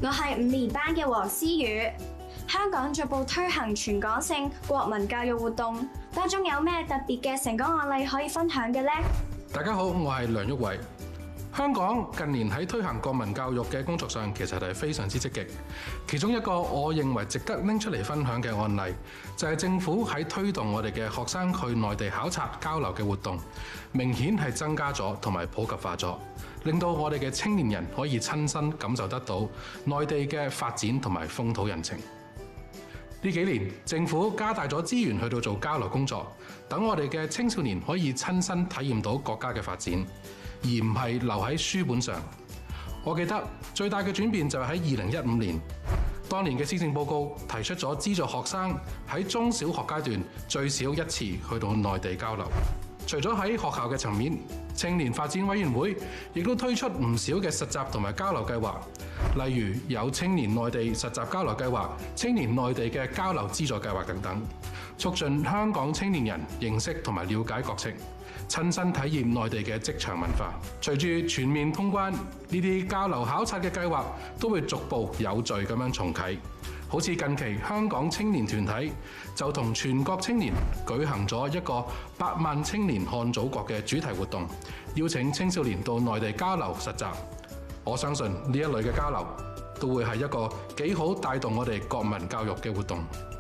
我係5年班嘅黃思雨。香港逐步推行全港性國民教育活動，當中有咩特別嘅成功案例可以分享嘅呢？ 大家好，我係梁毓偉。香港近年喺推行國民教育嘅工作上，其實係非常之積極。其中一個我認為值得拎出嚟分享嘅案例，就係政府喺推動我哋嘅學生去內地考察交流嘅活動，明顯係增加咗同埋普及化咗，令到我哋嘅青年人可以親身感受得到內地嘅發展同埋風土人情。呢幾年，政府加大咗資源去到做交流工作，等我哋嘅青少年可以親身體驗到國家嘅發展，而唔係留喺書本上。我記得最大嘅轉變就係喺2015年，當年嘅施政報告提出咗資助學生喺中小學階段最少1次去到內地交流。除咗喺學校嘅層面，青年發展委員會亦都推出唔少嘅實習同埋交流計劃，例如有青年內地實習交流計劃、青年內地嘅交流資助計劃等等，促進香港青年人認識同埋了解國情，親身體驗內地嘅職場文化。隨住全面通關，呢啲交流考察嘅計劃都會逐步有序咁樣重啟。好似近期香港青年團體就同全國青年舉行咗一個100萬青年看祖國嘅主題活動，邀請青少年到內地交流實習。我相信呢一類嘅交流都會係一個幾好帶動我哋國民教育嘅活動。